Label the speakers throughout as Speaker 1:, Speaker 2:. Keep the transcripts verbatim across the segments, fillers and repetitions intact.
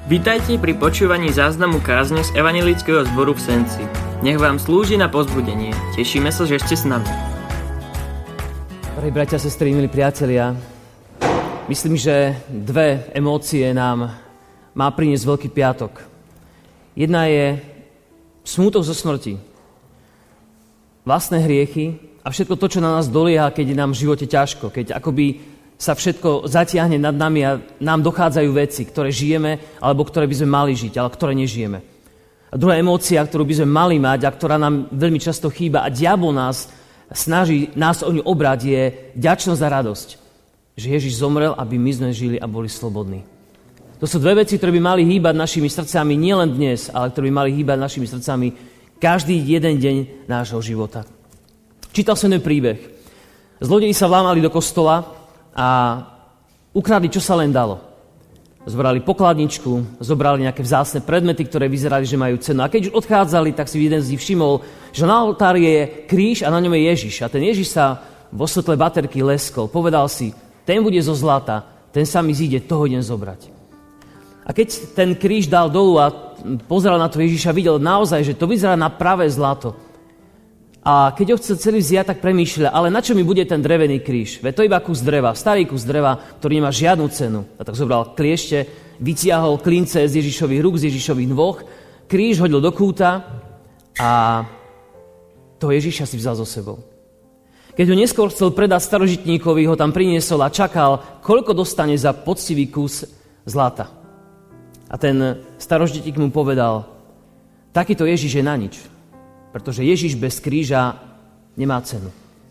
Speaker 1: Vitajte pri počúvaní záznamu kázne z Evanjelického zboru v Senci. Nech vám slúži na povzbudenie. Tešíme sa, že ste s nami.
Speaker 2: Drahí bratia, sestry, milí priatelia, myslím, že dve emócie nám má priniesť Veľký piatok. Jedna je smútok zo smrti, vlastné hriechy a všetko to, čo na nás dolieha, keď je nám v živote ťažko, keď akoby sa všetko zatiahne nad nami a nám dochádzajú veci, ktoré žijeme, alebo ktoré by sme mali žiť, ale ktoré nežijeme. A druhá emócia, ktorú by sme mali mať a ktorá nám veľmi často chýba a diabol nás snaží nás o ňu obrať, je vďačnosť a radosť. Že Ježiš zomrel, aby my sme žili a boli slobodní. To sú dve veci, ktoré by mali hýbať našimi srdcami nielen dnes, ale ktoré by mali hýbať našimi srdcami každý jeden deň nášho života. Čítal som jeden príbeh. Zlodeji sa vlámali do kostola a ukradli, čo sa len dalo. Zobrali pokladničku, zobrali nejaké vzácne predmety, ktoré vyzerali, že majú cenu. A keď už odchádzali, tak si jeden z nich všimol, že na oltári je kríž a na ňom je Ježiš. A ten Ježiš sa vo svetle baterky leskol. Povedal si, ten bude zo zlata, ten sa mi zíde, toho idem zobrať. A keď ten kríž dal dolu a pozeral na to Ježiša, videl naozaj, že to vyzerá na pravé zlato. A keď ho chcel celý vziať, tak premýšľa, ale na čo mi bude ten drevený kríž? Veď to je iba kus dreva, starý kus dreva, ktorý nemá žiadnu cenu. A tak zobral kliešte, vytiahol klince z Ježišových rúk, z Ježišových nôh, kríž hodil do kúta a toho Ježiša si vzal so sebou. Keď ho neskôr chcel predať starožitníkovi, ho tam priniesol a čakal, koľko dostane za poctivý kus zlata. A ten starožitník mu povedal, takýto Ježiš je na nič. Pretože Ježiš bez kríža nemá cenu.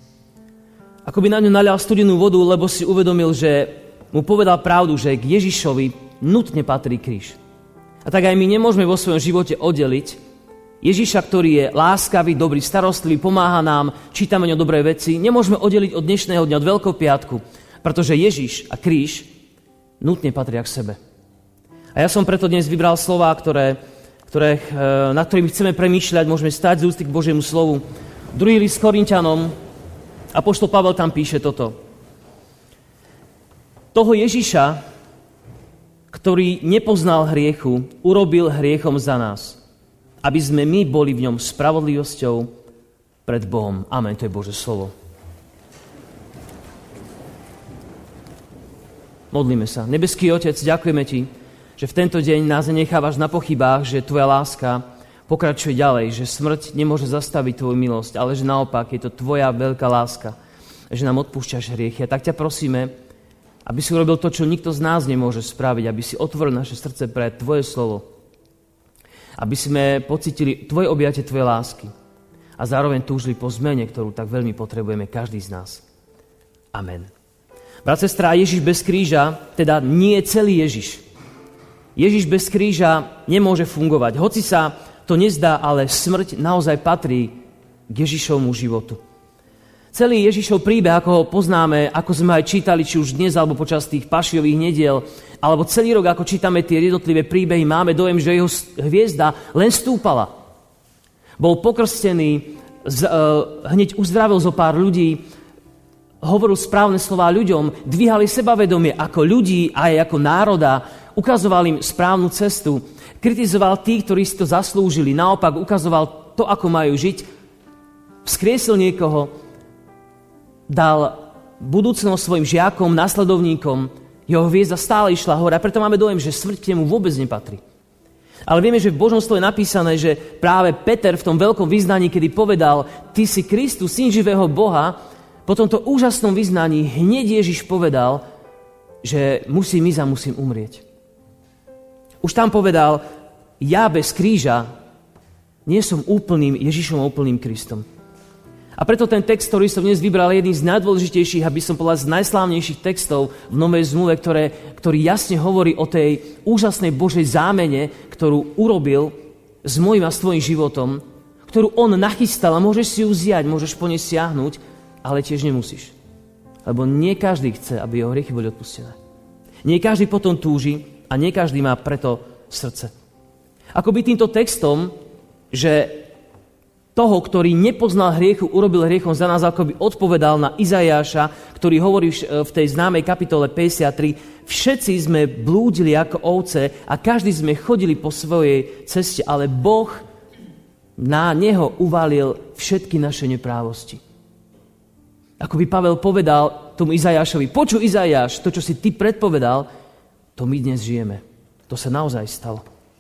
Speaker 2: Ako by na ňu nalial studenú vodu, lebo si uvedomil, že mu povedal pravdu, že k Ježišovi nutne patrí kríž. A tak aj my nemôžeme vo svojom živote oddeliť Ježiša, ktorý je láskavý, dobrý, starostlivý, pomáha nám, čítame o dobré veci, nemôžeme oddeliť od dnešného dňa, od Veľkého piatku, pretože Ježiš a kríž nutne patria k sebe. A ja som preto dnes vybral slová, ktoré Ktoré, nad ktorými chceme premýšľať, môžeme stáť z úcty k Božiemu slovu. Druhý list Korinťanom, apoštol Pavel tam píše toto. Toho Ježiša, ktorý nepoznal hriechu, urobil hriechom za nás, aby sme my boli v ňom spravodlivosťou pred Bohom. Amen, to je Božie slovo. Modlíme sa. Nebeský Otec, ďakujeme Ti, že v tento deň nás nenechávaš na pochybách, že Tvoja láska pokračuje ďalej, že smrť nemôže zastaviť Tvoju milosť, ale že naopak je to Tvoja veľká láska, že nám odpúšťaš hriechy. A tak ťa prosíme, aby si urobil to, čo nikto z nás nemôže spraviť, aby si otvoril naše srdce pre Tvoje slovo, aby sme pocítili Tvoje objatie, Tvoje lásky a zároveň túžili po zmene, ktorú tak veľmi potrebujeme každý z nás. Amen. Brat, sestra, Ježiš bez kríža, teda nie je celý Ježiš. Ježiš bez kríža nemôže fungovať. Hoci sa to nezdá, ale smrť naozaj patrí k Ježišovmu životu. Celý Ježišov príbeh, ako ho poznáme, ako sme aj čítali, či už dnes, alebo počas tých pašiových nediel, alebo celý rok, ako čítame tie jednotlivé príbehy, máme dojem, že jeho hviezda len stúpala. Bol pokrstený, z, uh, hneď uzdravil zo pár ľudí, hovoril správne slová ľuďom, dvíhali sebavedomie ako ľudí a aj ako národa, ukazoval im správnu cestu, kritizoval tých, ktorí si to zaslúžili, naopak ukazoval to, ako majú žiť, vzkriesil niekoho, dal budúcnosť svojim žiakom, nasledovníkom, jeho hviezda stále išla hore, a preto máme dojem, že smrť k nemu vôbec nepatrí. Ale vieme, že v Božom slove je napísané, že práve Peter v tom veľkom vyznaní, kedy povedal, ty si Kristus, syn živého Boha, po tomto úžasnom vyznaní hneď Ježiš povedal, že musím ísť a musím umrieť. Už tam povedal, ja bez kríža nie som úplným Ježišom, úplným Kristom. A preto ten text, ktorý som dnes vybral, je jedným z najdôležitejších, aby som povedal, z najslávnejších textov v Novej zmluve, ktoré, ktorý jasne hovorí o tej úžasnej Božej zámene, ktorú urobil s mojím a s tvojim životom, ktorú on nachystal a môžeš si ju vziať, môžeš po nej siahnuť, ale tiež nemusíš. Lebo nie každý chce, aby jeho hriechy boli odpustené. Nie každý potom túži a nie každý má preto srdce. Akoby týmto textom, že toho, ktorý nepoznal hriechu, urobil hriechom za nás, ako by odpovedal na Izajáša, ktorý hovorí v tej známej kapitole päťdesiattri: všetci sme blúdili ako ovce a každý sme chodili po svojej ceste, ale Boh na neho uvalil všetky naše neprávosti. Ako by Pavel povedal tomu Izajášovi: počuj, Izajáš, to, čo si ty predpovedal, to my dnes žijeme. To sa naozaj stalo.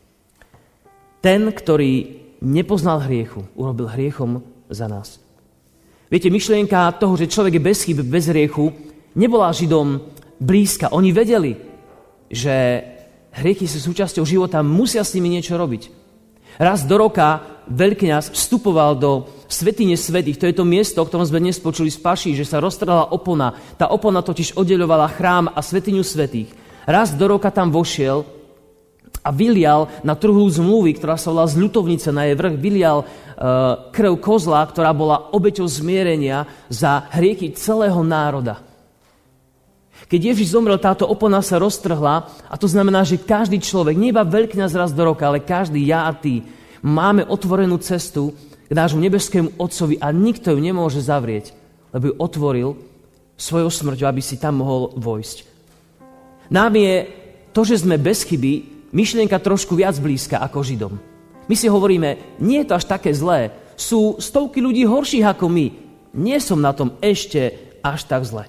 Speaker 2: Ten, ktorý nepoznal hriechu, urobil hriechom za nás. Viete, myšlienka toho, že človek je bez chyb, bez hriechu, nebola Židom blízka. Oni vedeli, že hriechy sú súčasťou života, musia s nimi niečo robiť. Raz do roka veľkňaz vstupoval do svätyne svätých. To je to miesto, o ktorom sme dnes počuli z Paší, že sa roztrhla opona. Tá opona totiž oddeľovala chrám a svätyňu svätých. Raz do roka tam vošiel a vylial na truhlu zmluvy, ktorá sa volá zľutovnica, na jej vrch vylial uh, krv kozla, ktorá bola obeťou zmierenia za hriechy celého národa. Keď Ježiš zomrel, táto opona sa roztrhla a to znamená, že každý človek, nie iba veľkňaz raz do roka, ale každý, ja a ty, máme otvorenú cestu k nášmu nebeskému Otcovi a nikto ju nemôže zavrieť, lebo ju otvoril svojou smrťou, aby si tam mohol vojsť. Nám je to, že sme bez chyby, myšlienka trošku viac blízka ako Židom. My si hovoríme, nie je to až také zlé. Sú stovky ľudí horších ako my. Nie som na tom ešte až tak zle.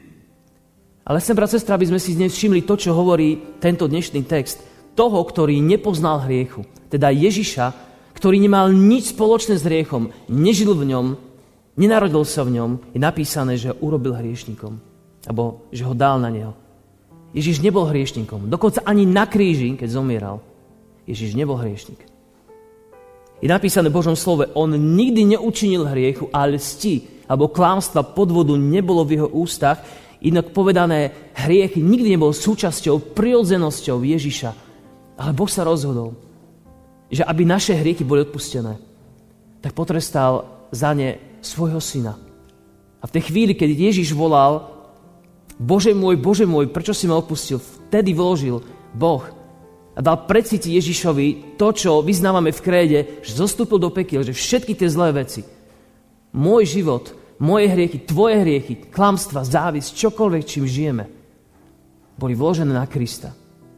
Speaker 2: Ale chcem, brat, sestra, aby sme si dnes všimli to, čo hovorí tento dnešný text. Toho, ktorý nepoznal hriechu. Teda Ježiša, ktorý nemal nič spoločné s hriechom, nežil v ňom, nenarodil sa v ňom, je napísané, že urobil hriešnikom. Alebo že ho dal na neho. Ježiš nebol hriešnikom. Dokonca ani na kríži, keď zomieral, Ježiš nebol hriešnik. Je napísané v Božom slove, on nikdy neučinil hriechu, ale lsti alebo klamstva, podvodu nebolo v jeho ústach. Inak povedané, hriech nikdy nebol súčasťou, prirodzenosťou Ježiša. Ale Boh sa rozhodol, že aby naše hriechy boli odpustené, tak potrestal za ne svojho syna. A v tej chvíli, keď Ježiš volal: Bože môj, Bože môj, prečo si ma opustil? Vtedy vložil Boh a dal precítiť Ježišovi to, čo vyznávame v kréde, že zostúpil do pekiel, že všetky tie zlé veci, môj život, moje hriechy, tvoje hriechy, klamstva, závisť, čokoľvek, čím žijeme, boli vložené na Krista.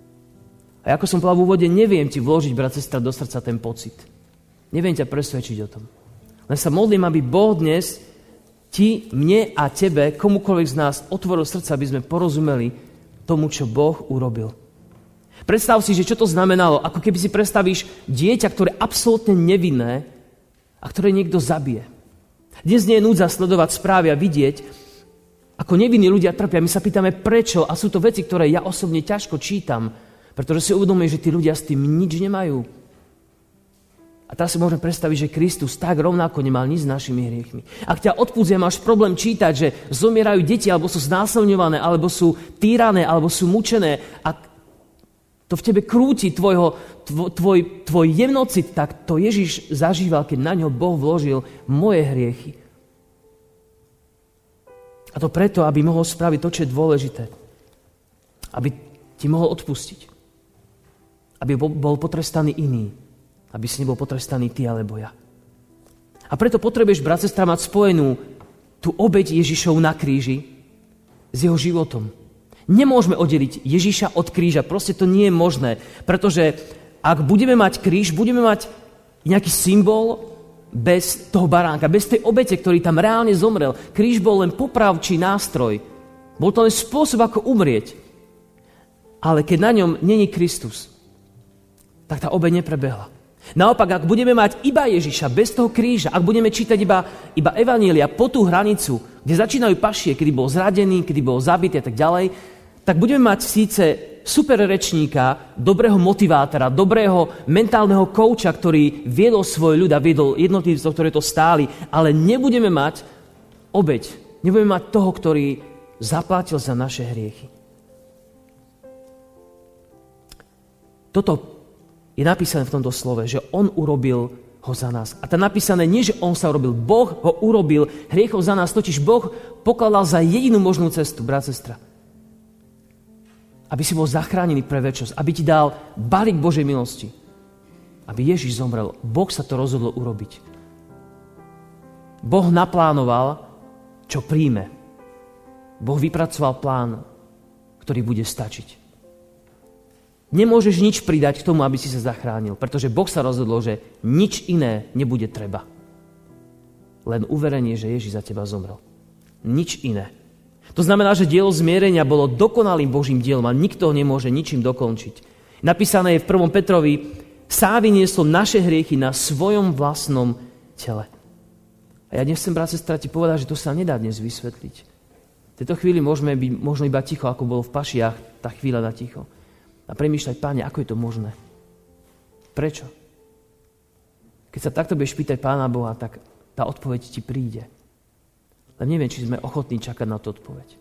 Speaker 2: A ako som povedal v úvode, neviem ti vložiť, brat, sestra, do srdca ten pocit. Neviem ťa presvedčiť o tom. Len sa modlím, aby Boh dnes ti, mne a tebe, komukoľvek z nás otvoril srdce, aby sme porozumeli tomu, čo Boh urobil. Predstav si, že čo to znamenalo, ako keby si predstavíš dieťa, ktoré je absolútne nevinné a ktoré niekto zabije. Dnes nie je núdza sledovať správy a vidieť, ako nevinní ľudia trpia. My sa pýtame, prečo, a sú to veci, ktoré ja osobne ťažko čítam, pretože si uvedomujem, že tí ľudia s tým nič nemajú. A teraz si môžeme predstaviť, že Kristus tak rovnako nemal nič s našimi hriechmi. Ak ťa odpúdzia, máš problém čítať, že zomierajú deti, alebo sú znásilňované, alebo sú týrané, alebo sú mučené, a to v tebe krúti tvojho, tvoj, tvoj, tvoj jemnocit, tak to Ježiš zažíval, keď na ňo Boh vložil moje hriechy. A to preto, aby mohol spraviť to, čo je dôležité. Aby ti mohol odpustiť. Aby bol potrestaný iný. Aby si nebol potrestaný ty alebo ja. A preto potrebuješ, brat, sestra, mať spojenú tú obeť Ježišov na kríži s jeho životom. Nemôžeme oddeliť Ježiša od kríža. Proste to nie je možné. Pretože ak budeme mať kríž, budeme mať nejaký symbol bez toho baránka, bez tej obete, ktorý tam reálne zomrel. Kríž bol len popravčí nástroj. Bol to len spôsob, ako umrieť. Ale keď na ňom není Kristus, tak tá obeť neprebehla. Naopak, ak budeme mať iba Ježiša, bez toho kríža, ak budeme čítať iba, iba evanjelia po tú hranicu, kde začínajú pašie, kedy bol zradený, kedy bol zabitý a tak ďalej, tak budeme mať síce super rečníka, dobrého motivátora, dobrého mentálneho kouča, ktorý viedol svoj ľud a viedol jednotlivcov, ktoré to stáli, ale nebudeme mať obeť. Nebudeme mať toho, ktorý zaplatil za naše hriechy. Toto je napísané v tomto slove, že on urobil ho za nás. A tam napísané nie, že on sa urobil, Boh ho urobil hriechom za nás, totiž Boh pokladal za jedinú možnú cestu, brat, sestra. Aby si bol zachránený pre večnosť, aby ti dal balík Božej milosti. Aby Ježiš zomrel. Boh sa to rozhodol urobiť. Boh naplánoval, čo príjme. Boh vypracoval plán, ktorý bude stačiť. Nemôžeš nič pridať k tomu, aby si sa zachránil, pretože Boh sa rozhodol, že nič iné nebude treba. Len uverenie, že Ježiš za teba zomrel. Nič iné. To znamená, že dielo zmierenia bolo dokonalým Božím dielom a nikto ho nemôže ničím dokončiť. Napísané je v prvom Petrovi, sám vyniesol naše hriechy na svojom vlastnom tele. A ja nechcem, brat, sestra, ti povedať, že to sa nedá dnes vysvetliť. V tejto chvíli môžeme byť možno iba ticho, ako bolo v Pašiach, tá chvíľa na ticho. A premýšľať, Páne, ako je to možné? Prečo? Keď sa takto budeš pýtať Pána Boha, tak tá odpoveď ti príde. Ale neviem, či sme ochotní čakať na tú odpoveď.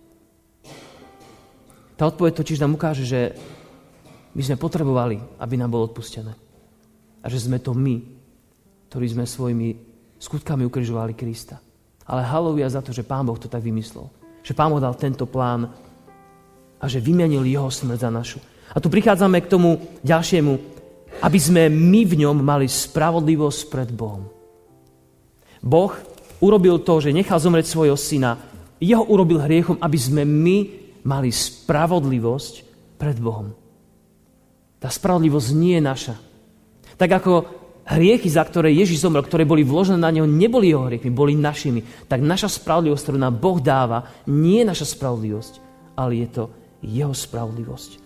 Speaker 2: Tá odpoveď totiž nám ukáže, že my sme potrebovali, aby nám bolo odpustené. A že sme to my, ktorí sme svojimi skutkami ukrižovali Krista. Ale halleluja za to, že Pán Boh to tak vymyslel. Že Pán Boh dal tento plán a že vymenil jeho smrť za našu. A tu prichádzame k tomu ďalšiemu, aby sme my v ňom mali spravodlivosť pred Bohom. Boh urobil to, že nechal zomrieť svojho syna, jeho urobil hriechom, aby sme my mali spravodlivosť pred Bohom. Tá spravodlivosť nie je naša. Tak ako hriechy, za ktoré Ježiš zomrel, ktoré boli vložené na neho, neboli jeho hriechmi, boli našimi. Tak naša spravodlivosť, ktorú nám Boh dáva, nie je naša spravodlivosť, ale je to jeho spravodlivosť.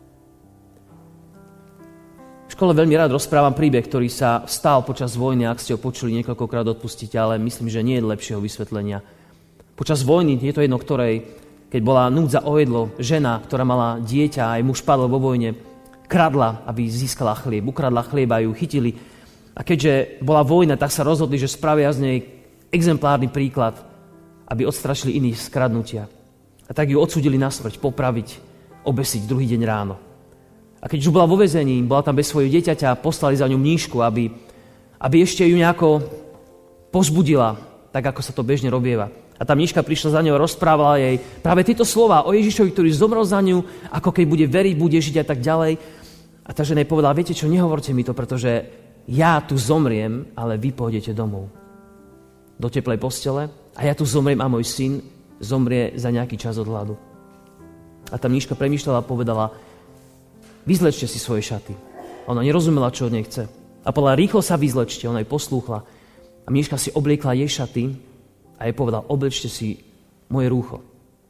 Speaker 2: V škole veľmi rád rozprávam príbeh, ktorý sa stal počas vojny, ak ste ho počuli niekoľkokrát, odpustite, ale myslím, že nie je lepšieho vysvetlenia. Počas vojny, je to jedno ktorej, keď bola núdza o jedlo, žena, ktorá mala dieťa, aj muž padol vo vojne, kradla, aby získala chlieb. Ukradla chlieb a ju chytili. A keďže bola vojna, tak sa rozhodli, že spravia z nej exemplárny príklad, aby odstrašili iných z kradnutia. A tak ju odsúdili na smrť, popraviť, obesiť druhý deň ráno. A keď už bola vo väzení, bola tam bez svojho dieťaťa, poslali za ňu mníšku, aby, aby ešte ju nejako pozbudila, tak ako sa to bežne robieva. A tá mníška prišla za ňou a rozprávala jej práve tieto slová o Ježišovi, ktorý zomrel za ňu, ako keď bude veriť, bude žiť a tak ďalej. A tá žena jej povedala, viete čo, nehovorte mi to, pretože ja tu zomriem, ale vy pôjdete domov. Do teplej postele a ja tu zomriem a môj syn zomrie za nejaký čas od hladu. A tá mníška premýšľala a povedala, vyzlečte si svoje šaty. Ona nerozumela, čo od nej chce. A povedala, rýchlo sa vyzlečte, ona jej poslúchla. A mníška si obliekla jej šaty a jej povedala, oblečte si moje rúcho.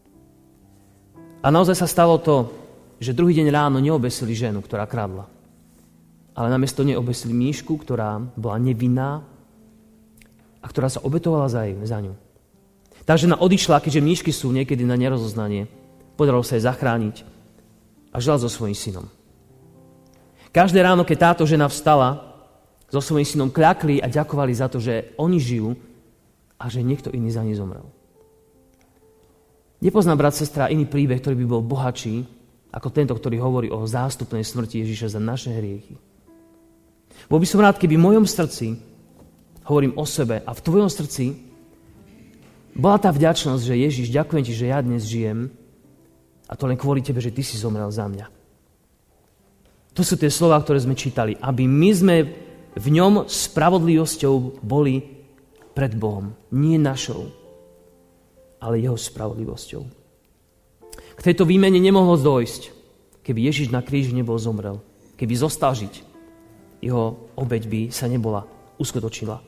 Speaker 2: A naozaj sa stalo to, že druhý deň ráno neobesili ženu, ktorá kradla. Ale namiesto nej obesili mníšku, ktorá bola nevinná a ktorá sa obetovala za, jej, za ňu. Tá žena odišla, keďže mníšky sú niekedy na nerozoznanie. Podarilo sa jej zachrániť a žila so svojím synom. Každé ráno, keď táto žena vstala, so svojím synom kľakli a ďakovali za to, že oni žijú a že niekto iný za ne zomrel. Nepoznám, brat, sestra, iný príbeh, ktorý by bol bohatší ako tento, ktorý hovorí o zástupnej smrti Ježiša za naše hriechy. Bol by som rád, keby v mojom srdci, hovorím o sebe, a v tvojom srdci bola tá vďačnosť, že Ježiš, ďakujem ti, že ja dnes žijem a to len kvôli tebe, že ty si zomrel za mňa. To sú tie slová, ktoré sme čítali. Aby my sme v ňom spravodlivosťou boli pred Bohom. Nie našou, ale jeho spravodlivosťou. K tejto výmene nemohlo dôjsť, keby Ježiš na kríži nebol zomrel. Keby zostal žiť, jeho obeť by sa nebola uskutočnila.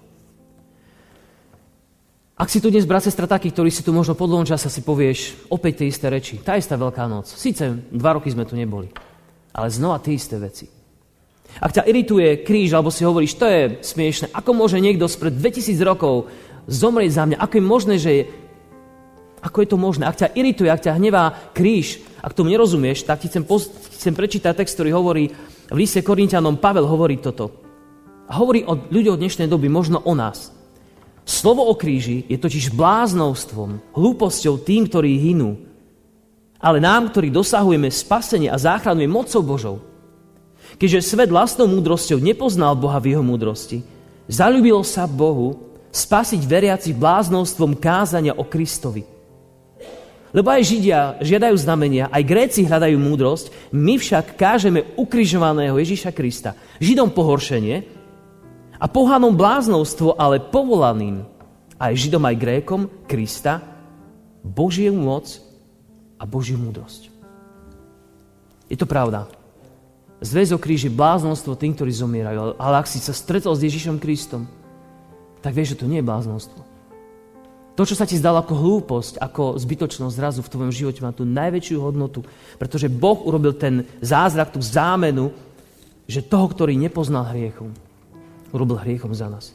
Speaker 2: Ak si tu dnes, brat, sestra, taký, ktorý si tu možno po dlhom čase si povieš opäť tie isté reči, tá istá Veľká noc. Síce dva roky sme tu neboli, ale znova tie isté veci. Ak ťa irituje kríž, alebo si hovoríš, to je smiešné, ako môže niekto spred dvetisíc rokov zomrieť za mňa, ako je možné, že je, ako je to možné? Ak ťa irituje, ak ťa hnevá kríž, ak tomu nerozumieš, tak ti chcem, poz- chcem prečítať text, ktorý hovorí v liste Korinťanom, Pavel hovorí toto. A hovorí o ľuďoch dnešnej doby, možno o nás. Slovo o kríži je totiž bláznovstvom, hlúposťou tým, ktorí hynú. Ale nám, ktorí dosahujeme spasenie a záchranu, je mocou Božou. Keďže svet vlastnou múdrosťou nepoznal Boha v jeho múdrosti, zaľúbilo sa Bohu spasiť veriacich bláznovstvom kázania o Kristovi. Lebo aj Židia žiadajú znamenia, aj Gréci hľadajú múdrosť, my však kážeme ukrižovaného Ježiša Krista. Židom pohoršenie a pohanom bláznovstvo, ale povolaným aj Židom, aj Grékom, Krista, Božiu moc a Božiu múdrosť. Je to pravda. Zväz o kríži, bláznostvo tým, ktorí zomierajú. Ale ak si sa stretol s Ježišom Kristom, tak vieš, že to nie je bláznostvo. To, čo sa ti zdalo ako hlúposť, ako zbytočnosť zrazu v tvojom živote, má tú najväčšiu hodnotu, pretože Boh urobil ten zázrak, tú zámenu, že toho, ktorý nepoznal hriechom, urobil hriechom za nás.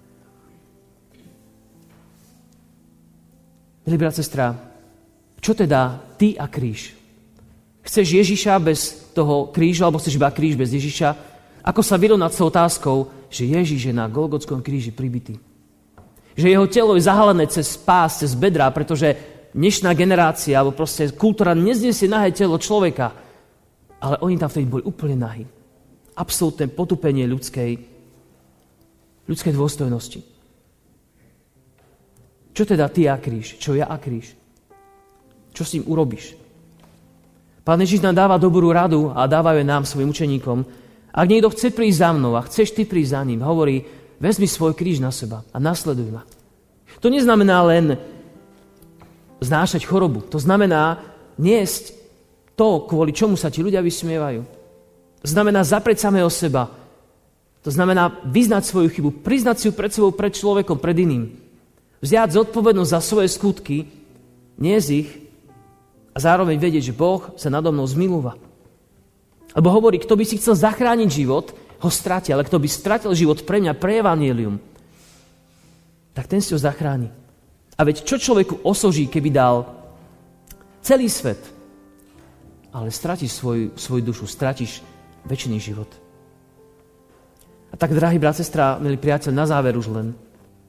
Speaker 2: Milí brat, sestra, čo teda ty a kríž? Chceš Ježiša bez toho kríža, alebo chceš iba kríž bez Ježiša? Ako sa vyrovnať s otázkou, že Ježiš je na Golgotskom kríži pribitý? Že jeho telo je zahalené cez pás, cez bedrá, pretože dnešná generácia, alebo proste kultúra nezniesie nahé telo človeka. Ale oni tam vtedy boli úplne nahí. Absolútne potupenie ľudskej, ľudskej dôstojnosti. Čo teda ty a kríž? Čo ja a kríž? Čo s ním urobíš? Pán Ježiš nám dáva dobrú radu a dávajú nám, svojim učeníkom. Ak niekto chce prísť za mnou a chceš ty prísť za ním, hovorí, vezmi svoj kríž na seba a nasleduj ma. To neznamená len znášať chorobu. To znamená niesť to, kvôli čomu sa ti ľudia vysmievajú. To znamená zaprieť samého seba. To znamená vyznať svoju chybu, priznať si ju pred sebou, pred človekom, pred iným. Vziať zodpovednosť za svoje skutky, niesť ich a zároveň vedieť, že Boh sa nado mnou zmilúva. Lebo hovorí, kto by si chcel zachrániť život, ho stratí, ale kto by stratil život pre mňa, pre evanjelium, tak ten si ho zachráni. A veď čo človeku osoží, keby dal celý svet, ale stratíš svoju, svoju dušu, stratíš večný život. A tak, drahý brat, sestra, milý priateľ, na záver už len.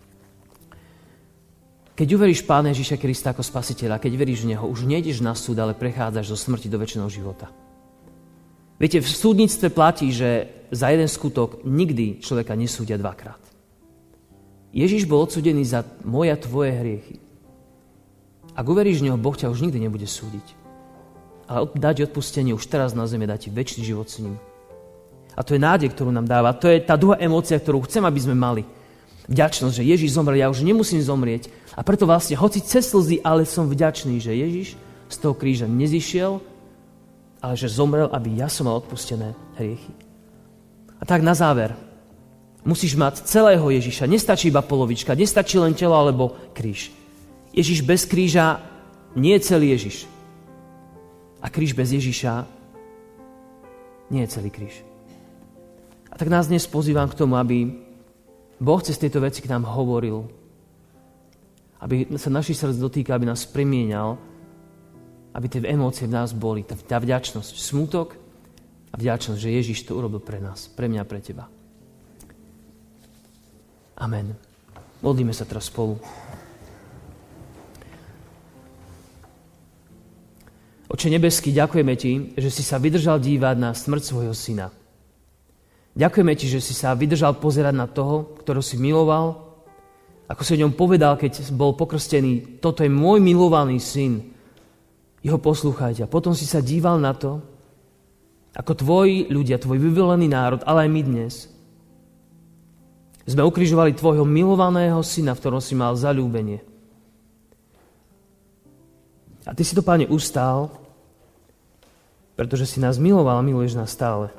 Speaker 2: Keď uveríš Pána Ježiša Krista ako spasiteľa, keď veríš v Neho, už nejdeš na súd, ale prechádzaš zo smrti do večného života. Viete, v súdnictve platí, že za jeden skutok nikdy človeka nesúdia dvakrát. Ježiš bol odsúdený za moje a tvoje hriechy. Ak uveríš v Neho, Boh ťa už nikdy nebude súdiť. Ale dá ti odpustenie už teraz na zemi, dá ti večný život s ním. A to je nádej, ktorú nám dáva. To je tá druhá emócia, ktorú chcem, aby sme mali. Vďačnosť, že Ježiš zomrel, ja už nemusím zomrieť. A preto vlastne, hoci cez slzy, ale som vďačný, že Ježiš z toho kríža nezišiel, ale že zomrel, aby ja som mal odpustené hriechy. A tak na záver, musíš mať celého Ježiša. Nestačí iba polovička, nestačí len telo alebo kríž. Ježiš bez kríža nie je celý Ježiš. A kríž bez Ježiša nie je celý kríž. A tak nás dnes pozývam k tomu, aby Boh cez tieto veci k nám hovoril, aby sa našich srdc dotýkal, aby nás premieňal, aby tie emócie v nás boli, tá, tá vďačnosť, smútok a vďačnosť, že Ježiš to urobil pre nás, pre mňa a pre teba. Amen. Modlíme sa teraz spolu. Oče nebeský, ďakujeme ti, že si sa vydržal dívať na smrť svojho syna. Ďakujeme ti, že si sa vydržal pozerať na toho, ktorého si miloval. Ako si o ňom povedal, keď bol pokrstený, toto je môj milovaný syn. Jeho poslúchajte. A potom si sa díval na to, ako tvoji ľudia, tvoj vyvolený národ, ale aj my dnes, sme ukrižovali tvojho milovaného syna, v ktorom si mal zaľúbenie. A ty si to, Páne, ustál, pretože si nás miloval a miluješ nás stále.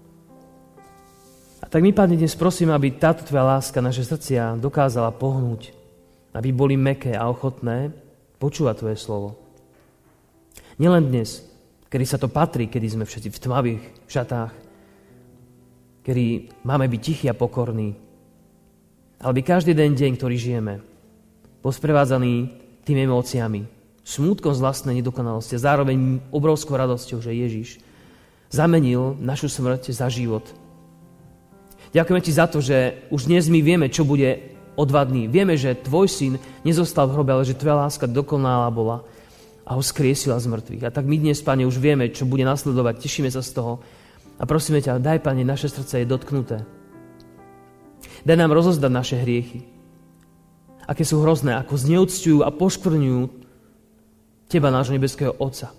Speaker 2: A tak my, Páne, dnes prosím, aby táto tvoja láska naše srdcia dokázala pohnúť, aby boli mäkké a ochotné počúvať tvoje slovo. Nielen dnes, kedy sa to patrí, kedy sme všetci v tmavých šatách, kedy máme byť tichí a pokorní, ale by každý den deň, ktorý žijeme, bol sprevádzaný tými emóciami, smútkom z vlastnej nedokonalosti a zároveň obrovskou radosťou, že Ježiš zamenil našu smrť za život. Ďakujeme ti za to, že už dnes my vieme, čo bude o dva dní. Vieme, že tvoj syn nezostal v hrobe, ale že tvoja láska dokonalá bola a ho skriesila z mŕtvych. A tak my dnes, Pane, už vieme, čo bude nasledovať. Tešíme sa z toho. A prosíme ťa, daj, Pane, naše srdce je dotknuté. Daj nám rozozdať naše hriechy. Aké sú hrozné, ako zneúcťujú a poškvrňujú teba, nášho nebeského Otca.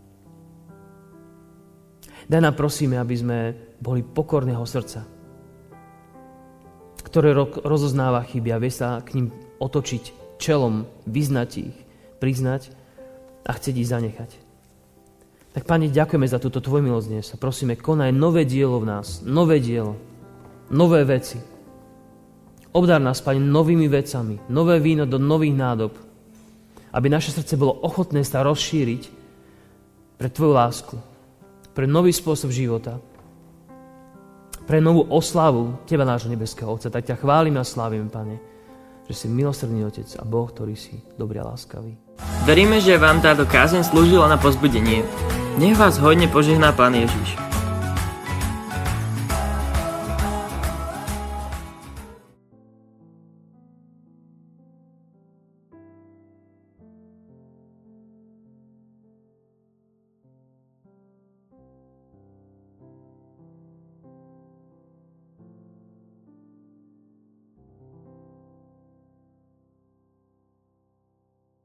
Speaker 2: Daj nám, prosíme, aby sme boli pokorného srdca, ktoré rozoznáva chyby a vie sa k ním otočiť čelom, vyznať ich, priznať a chcieť ich zanechať. Tak, Pane, ďakujeme za túto Tvoju milosť dnes a prosíme, konaj nové dielo v nás, nové dielo, nové veci. Obdar nás, Pane, novými vecami, nové víno do nových nádob, aby naše srdce bolo ochotné sa rozšíriť pre Tvoju lásku, pre nový spôsob života, pre novú oslavu Teba, nášho nebeského Otca. Tak ťa chválime a slávime, Pane, že si milosrdný Otec a Boh, ktorý si dobrý a láskavý.
Speaker 1: Veríme, že vám táto kázeň slúžila na povzbudenie. Nech vás hojne požehná Pán Ježiš.